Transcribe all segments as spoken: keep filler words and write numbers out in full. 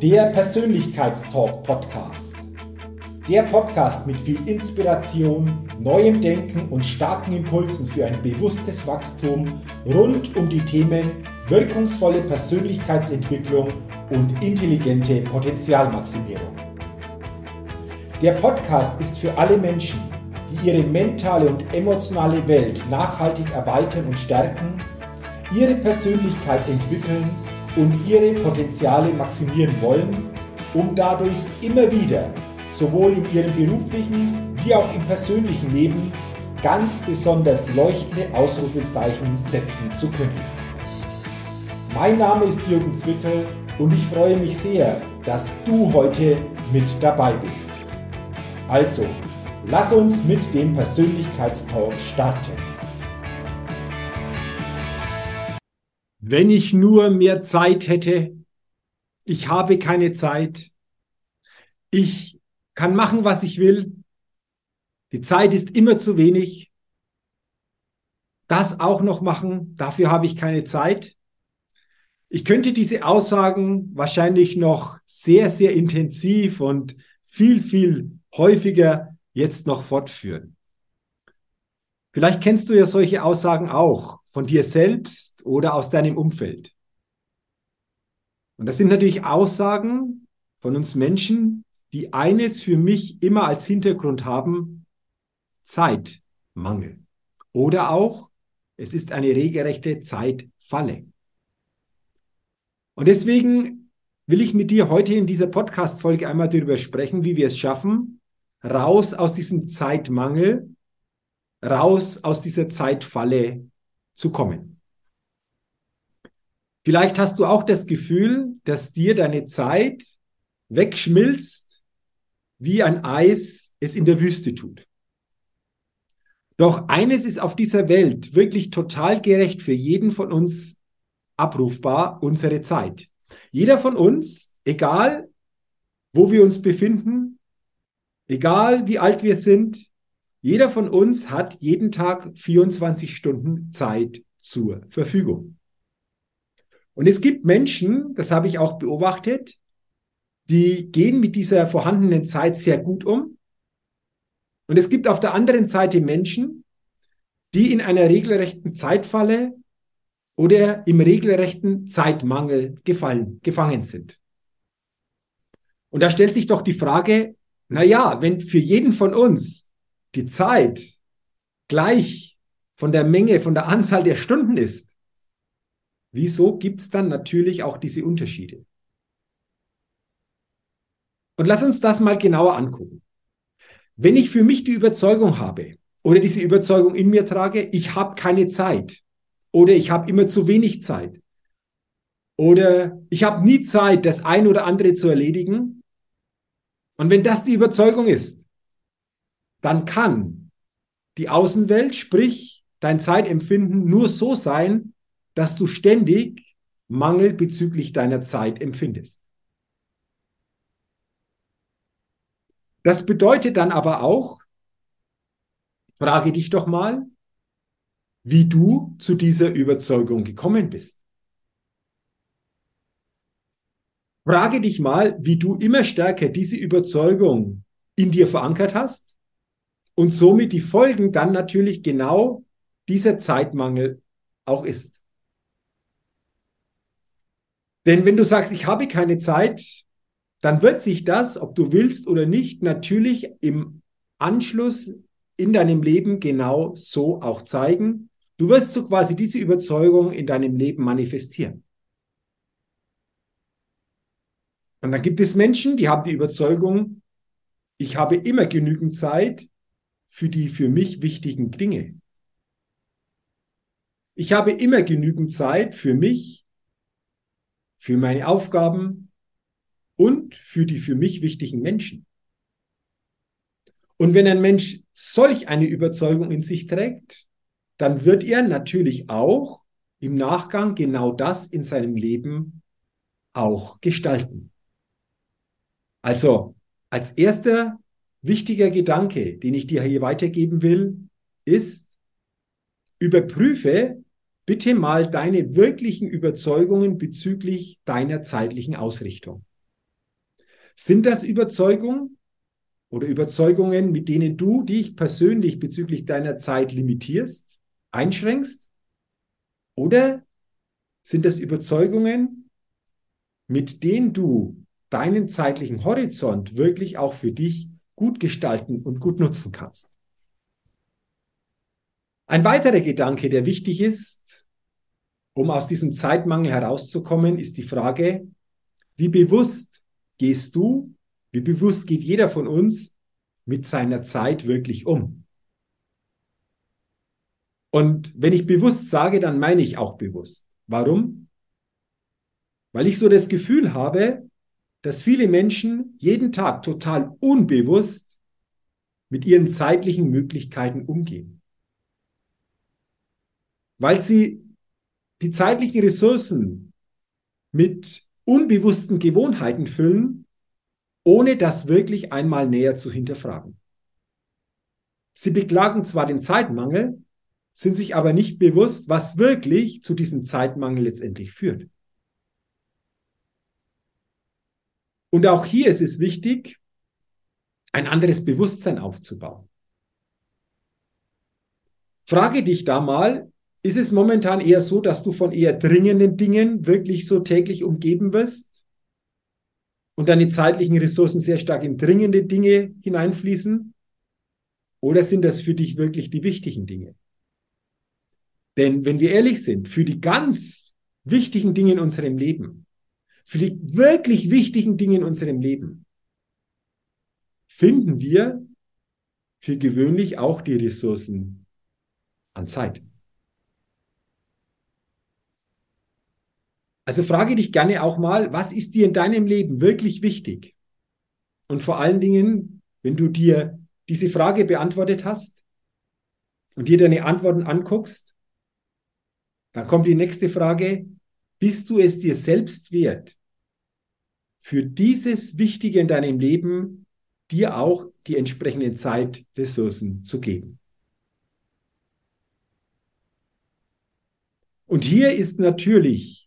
Der Persönlichkeitstalk-Podcast. Der Podcast mit viel Inspiration, neuem Denken und starken Impulsen für ein bewusstes Wachstum rund um die Themen wirkungsvolle Persönlichkeitsentwicklung und intelligente Potenzialmaximierung. Der Podcast ist für alle Menschen, die ihre mentale und emotionale Welt nachhaltig erweitern und stärken, ihre Persönlichkeit entwickeln und ihre Potenziale maximieren wollen, um dadurch immer wieder sowohl in ihrem beruflichen wie auch im persönlichen Leben ganz besonders leuchtende Ausrufezeichen setzen zu können. Mein Name ist Jürgen Zwickel und ich freue mich sehr, dass du heute mit dabei bist. Also, lass uns mit dem Persönlichkeitstalk starten. Wenn ich nur mehr Zeit hätte, ich habe keine Zeit, ich kann machen, was ich will, die Zeit ist immer zu wenig, das auch noch machen, dafür habe ich keine Zeit. Ich könnte diese Aussagen wahrscheinlich noch sehr, sehr intensiv und viel, viel häufiger jetzt noch fortführen. Vielleicht kennst du ja solche Aussagen auch von dir selbst oder aus deinem Umfeld. Und das sind natürlich Aussagen von uns Menschen, die eines für mich immer als Hintergrund haben: Zeitmangel. Oder auch, es ist eine regelrechte Zeitfalle. Und deswegen will ich mit dir heute in dieser Podcast-Folge einmal darüber sprechen, wie wir es schaffen, raus aus diesem Zeitmangel, raus aus dieser Zeitfalle zu kommen. Vielleicht hast du auch das Gefühl, dass dir deine Zeit wegschmilzt, wie ein Eis es in der Wüste tut. Doch eines ist auf dieser Welt wirklich total gerecht für jeden von uns abrufbar: unsere Zeit. Jeder von uns, egal wo wir uns befinden, egal wie alt wir sind, jeder von uns hat jeden Tag vierundzwanzig Stunden Zeit zur Verfügung. Und es gibt Menschen, das habe ich auch beobachtet, die gehen mit dieser vorhandenen Zeit sehr gut um. Und es gibt auf der anderen Seite Menschen, die in einer regelrechten Zeitfalle oder im regelrechten Zeitmangel gefallen, gefangen sind. Und da stellt sich doch die Frage, na ja, wenn für jeden von uns die Zeit gleich von der Menge, von der Anzahl der Stunden ist, wieso gibt es dann natürlich auch diese Unterschiede? Und lass uns das mal genauer angucken. Wenn ich für mich die Überzeugung habe oder diese Überzeugung in mir trage, ich habe keine Zeit oder ich habe immer zu wenig Zeit oder ich habe nie Zeit, das ein oder andere zu erledigen, und wenn das die Überzeugung ist, dann kann die Außenwelt, sprich dein Zeitempfinden, nur so sein, dass du ständig Mangel bezüglich deiner Zeit empfindest. Das bedeutet dann aber auch, frage dich doch mal, wie du zu dieser Überzeugung gekommen bist. Frage dich mal, wie du immer stärker diese Überzeugung in dir verankert hast und somit die Folgen dann natürlich genau dieser Zeitmangel auch ist. Denn wenn du sagst, ich habe keine Zeit, dann wird sich das, ob du willst oder nicht, natürlich im Anschluss in deinem Leben genau so auch zeigen. Du wirst so quasi diese Überzeugung in deinem Leben manifestieren. Und dann gibt es Menschen, die haben die Überzeugung, ich habe immer genügend Zeit für die für mich wichtigen Dinge. Ich habe immer genügend Zeit für mich, für meine Aufgaben und für die für mich wichtigen Menschen. Und wenn ein Mensch solch eine Überzeugung in sich trägt, dann wird er natürlich auch im Nachgang genau das in seinem Leben auch gestalten. Also als erster wichtiger Gedanke, den ich dir hier weitergeben will, ist: Überprüfe bitte mal deine wirklichen Überzeugungen bezüglich deiner zeitlichen Ausrichtung. Sind das Überzeugungen oder Überzeugungen, mit denen du dich persönlich bezüglich deiner Zeit limitierst, einschränkst? Oder sind das Überzeugungen, mit denen du deinen zeitlichen Horizont wirklich auch für dich gut gestalten und gut nutzen kannst? Ein weiterer Gedanke, der wichtig ist, um aus diesem Zeitmangel herauszukommen, ist die Frage, wie bewusst gehst du, wie bewusst geht jeder von uns mit seiner Zeit wirklich um? Und wenn ich bewusst sage, dann meine ich auch bewusst. Warum? Weil ich so das Gefühl habe, dass viele Menschen jeden Tag total unbewusst mit ihren zeitlichen Möglichkeiten umgehen. Weil sie die zeitlichen Ressourcen mit unbewussten Gewohnheiten füllen, ohne das wirklich einmal näher zu hinterfragen. Sie beklagen zwar den Zeitmangel, sind sich aber nicht bewusst, was wirklich zu diesem Zeitmangel letztendlich führt. Und auch hier ist es wichtig, ein anderes Bewusstsein aufzubauen. Frage dich da mal, ist es momentan eher so, dass du von eher dringenden Dingen wirklich so täglich umgeben wirst und deine zeitlichen Ressourcen sehr stark in dringende Dinge hineinfließen? Oder sind das für dich wirklich die wichtigen Dinge? Denn wenn wir ehrlich sind, für die ganz wichtigen Dinge in unserem Leben, für die wirklich wichtigen Dinge in unserem Leben, finden wir für gewöhnlich auch die Ressourcen an Zeit. Also frage dich gerne auch mal, was ist dir in deinem Leben wirklich wichtig? Und vor allen Dingen, wenn du dir diese Frage beantwortet hast und dir deine Antworten anguckst, dann kommt die nächste Frage, bist du es dir selbst wert, für dieses Wichtige in deinem Leben dir auch die entsprechenden Zeitressourcen zu geben? Und hier ist natürlich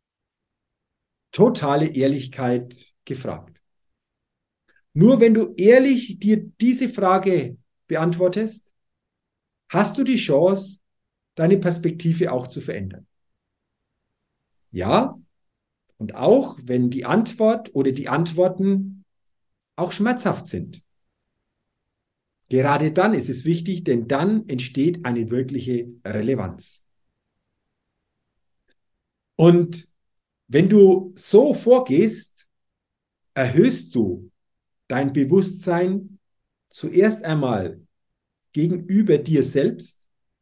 totale Ehrlichkeit gefragt. Nur wenn du ehrlich dir diese Frage beantwortest, hast du die Chance, deine Perspektive auch zu verändern. Ja, und auch wenn die Antwort oder die Antworten auch schmerzhaft sind. Gerade dann ist es wichtig, denn dann entsteht eine wirkliche Relevanz. Und wenn du so vorgehst, erhöhst du dein Bewusstsein zuerst einmal gegenüber dir selbst.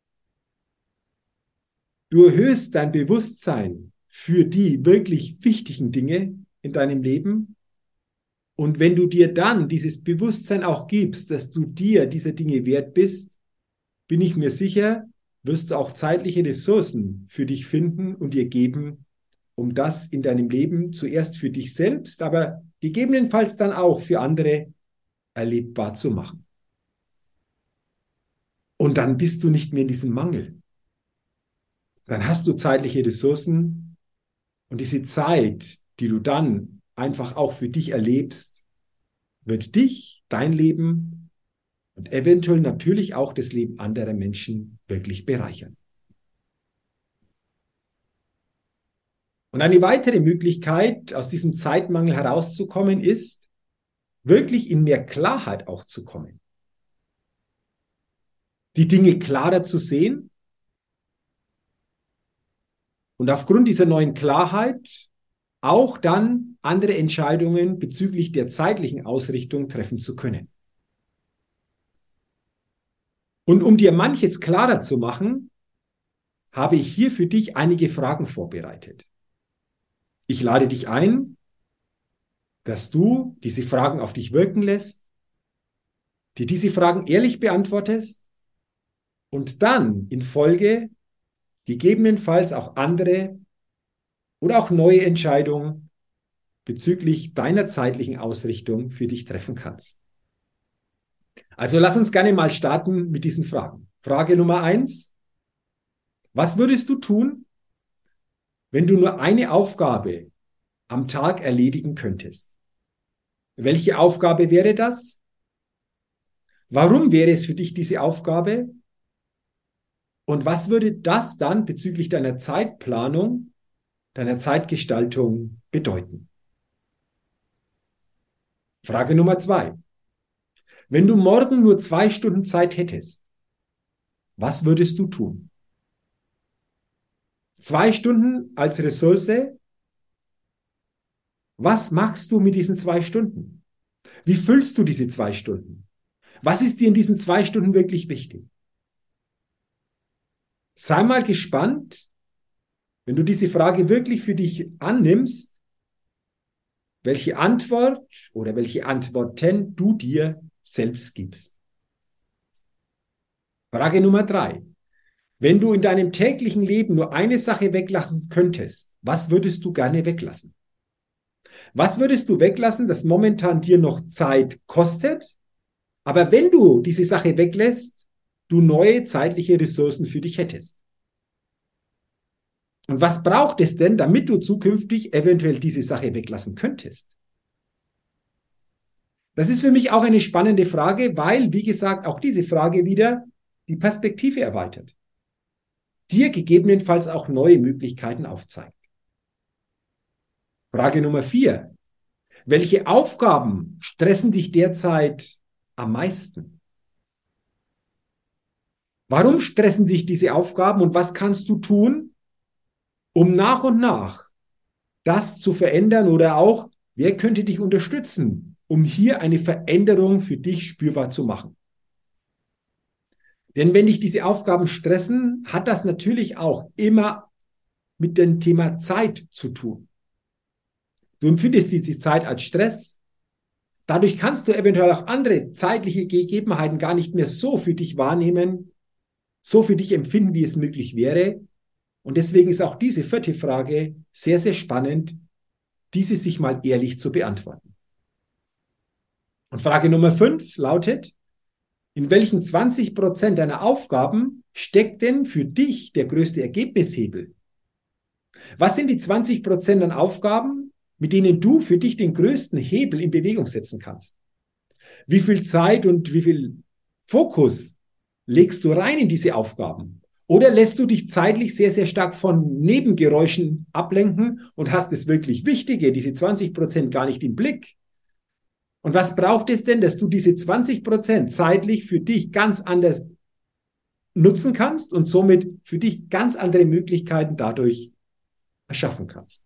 Du erhöhst dein Bewusstsein für die wirklich wichtigen Dinge in deinem Leben. Und wenn du dir dann dieses Bewusstsein auch gibst, dass du dir dieser Dinge wert bist, bin ich mir sicher, wirst du auch zeitliche Ressourcen für dich finden und dir geben, um das in deinem Leben zuerst für dich selbst, aber gegebenenfalls dann auch für andere erlebbar zu machen. Und dann bist du nicht mehr in diesem Mangel. Dann hast du zeitliche Ressourcen und diese Zeit, die du dann einfach auch für dich erlebst, wird dich, dein Leben und eventuell natürlich auch das Leben anderer Menschen wirklich bereichern. Und eine weitere Möglichkeit, aus diesem Zeitmangel herauszukommen, ist, wirklich in mehr Klarheit auch zu kommen. Die Dinge klarer zu sehen und aufgrund dieser neuen Klarheit auch dann andere Entscheidungen bezüglich der zeitlichen Ausrichtung treffen zu können. Und um dir manches klarer zu machen, habe ich hier für dich einige Fragen vorbereitet. Ich lade dich ein, dass du diese Fragen auf dich wirken lässt, dir diese Fragen ehrlich beantwortest und dann in Folge gegebenenfalls auch andere oder auch neue Entscheidungen bezüglich deiner zeitlichen Ausrichtung für dich treffen kannst. Also lass uns gerne mal starten mit diesen Fragen. Frage Nummer eins. Was würdest du tun, wenn du nur eine Aufgabe am Tag erledigen könntest? Welche Aufgabe wäre das? Warum wäre es für dich diese Aufgabe? Und was würde das dann bezüglich deiner Zeitplanung, deiner Zeitgestaltung bedeuten? Frage Nummer zwei. Wenn du morgen nur zwei Stunden Zeit hättest, was würdest du tun? Zwei Stunden als Ressource. Was machst du mit diesen zwei Stunden? Wie füllst du diese zwei Stunden? Was ist dir in diesen zwei Stunden wirklich wichtig? Sei mal gespannt, wenn du diese Frage wirklich für dich annimmst, welche Antwort oder welche Antworten du dir selbst gibst. Frage Nummer drei. Wenn du in deinem täglichen Leben nur eine Sache weglassen könntest, was würdest du gerne weglassen? Was würdest du weglassen, das momentan dir noch Zeit kostet, aber wenn du diese Sache weglässt, du neue zeitliche Ressourcen für dich hättest? Und was braucht es denn, damit du zukünftig eventuell diese Sache weglassen könntest? Das ist für mich auch eine spannende Frage, weil, wie gesagt, auch diese Frage wieder die Perspektive erweitert. Dir gegebenenfalls auch neue Möglichkeiten aufzeigt. Frage Nummer vier. Welche Aufgaben stressen dich derzeit am meisten? Warum stressen dich diese Aufgaben und was kannst du tun, um nach und nach das zu verändern oder auch, wer könnte dich unterstützen, um hier eine Veränderung für dich spürbar zu machen? Denn wenn dich diese Aufgaben stressen, hat das natürlich auch immer mit dem Thema Zeit zu tun. Du empfindest diese Zeit als Stress. Dadurch kannst du eventuell auch andere zeitliche Gegebenheiten gar nicht mehr so für dich wahrnehmen, so für dich empfinden, wie es möglich wäre. Und deswegen ist auch diese vierte Frage sehr, sehr spannend, diese sich mal ehrlich zu beantworten. Und Frage Nummer fünf lautet, in welchen zwanzig Prozent deiner Aufgaben steckt denn für dich der größte Ergebnishebel? Was sind die zwanzig Prozent an Aufgaben, mit denen du für dich den größten Hebel in Bewegung setzen kannst? Wie viel Zeit und wie viel Fokus legst du rein in diese Aufgaben? Oder lässt du dich zeitlich sehr, sehr stark von Nebengeräuschen ablenken und hast das wirklich Wichtige, diese zwanzig Prozent gar nicht im Blick? Und was braucht es denn, dass du diese zwanzig Prozent zeitlich für dich ganz anders nutzen kannst und somit für dich ganz andere Möglichkeiten dadurch erschaffen kannst?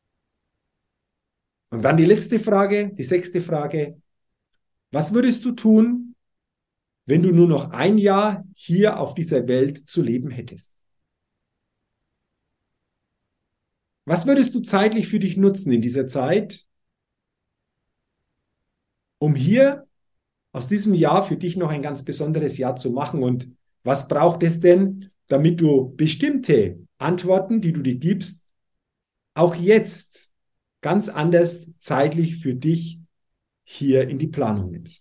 Und dann die letzte Frage, die sechste Frage. Was würdest du tun, wenn du nur noch ein Jahr hier auf dieser Welt zu leben hättest? Was würdest du zeitlich für dich nutzen in dieser Zeit, um hier aus diesem Jahr für dich noch ein ganz besonderes Jahr zu machen? Und was braucht es denn, damit du bestimmte Antworten, die du dir gibst, auch jetzt ganz anders zeitlich für dich hier in die Planung nimmst?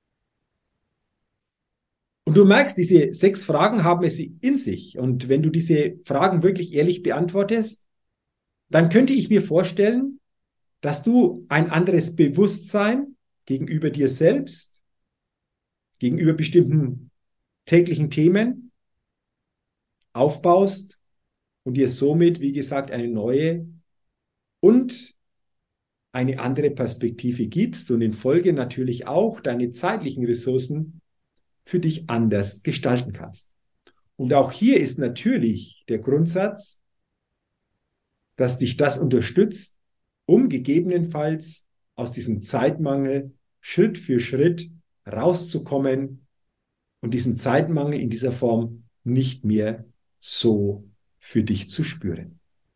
Und du merkst, diese sechs Fragen haben es in sich. Und wenn du diese Fragen wirklich ehrlich beantwortest, dann könnte ich mir vorstellen, dass du ein anderes Bewusstsein gegenüber dir selbst, gegenüber bestimmten täglichen Themen aufbaust und dir somit, wie gesagt, eine neue und eine andere Perspektive gibst und in Folge natürlich auch deine zeitlichen Ressourcen für dich anders gestalten kannst. Und auch hier ist natürlich der Grundsatz, dass dich das unterstützt, um gegebenenfalls aus diesem Zeitmangel Schritt für Schritt rauszukommen und diesen Zeitmangel in dieser Form nicht mehr so für dich zu spüren.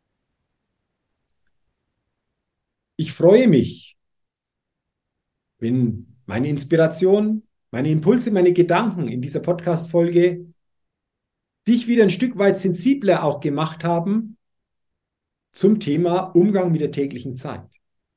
Ich freue mich, wenn meine Inspiration, meine Impulse, meine Gedanken in dieser Podcast-Folge dich wieder ein Stück weit sensibler auch gemacht haben zum Thema Umgang mit der täglichen Zeit.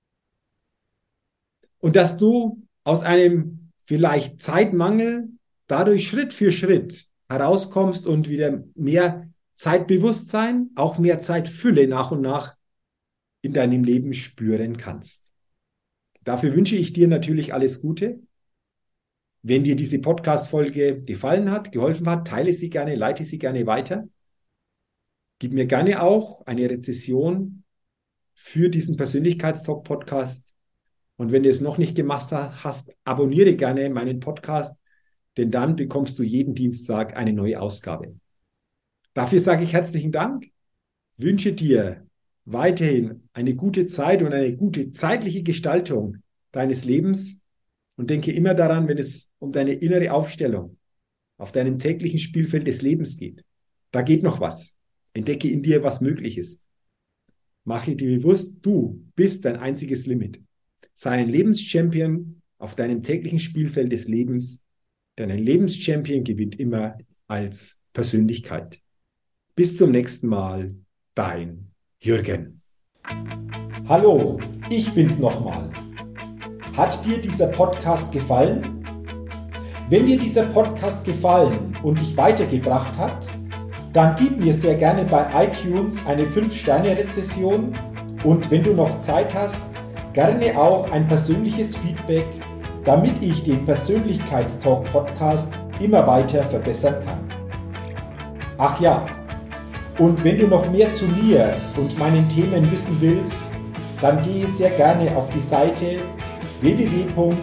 Und dass du aus einem vielleicht Zeitmangel dadurch Schritt für Schritt herauskommst und wieder mehr Zeitbewusstsein, auch mehr Zeitfülle nach und nach in deinem Leben spüren kannst. Dafür wünsche ich dir natürlich alles Gute. Wenn dir diese Podcast-Folge gefallen hat, geholfen hat, teile sie gerne, leite sie gerne weiter. Gib mir gerne auch eine Rezession für diesen Persönlichkeitstalk-Podcast. Und wenn du es noch nicht gemacht hast, abonniere gerne meinen Podcast, denn dann bekommst du jeden Dienstag eine neue Ausgabe. Dafür sage ich herzlichen Dank, wünsche dir weiterhin eine gute Zeit und eine gute zeitliche Gestaltung deines Lebens und denke immer daran, wenn es um deine innere Aufstellung auf deinem täglichen Spielfeld des Lebens geht. Da geht noch was. Entdecke in dir, was möglich ist. Mache dir bewusst, du bist dein einziges Limit. Sei ein Lebenschampion auf deinem täglichen Spielfeld des Lebens, denn ein Lebenschampion gewinnt immer als Persönlichkeit. Bis zum nächsten Mal, dein Jürgen. Hallo, ich bin's nochmal. Hat dir dieser Podcast gefallen? Wenn dir dieser Podcast gefallen und dich weitergebracht hat, dann gib mir sehr gerne bei iTunes eine fünf Sterne Rezession und wenn du noch Zeit hast, gerne auch ein persönliches Feedback, damit ich den Persönlichkeitstalk-Podcast immer weiter verbessern kann. Ach ja, und wenn du noch mehr zu mir und meinen Themen wissen willst, dann gehe sehr gerne auf die Seite w w w punkt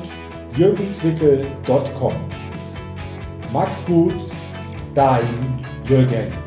jürgen zwickel punkt com. Mach's gut, dein Jürgen.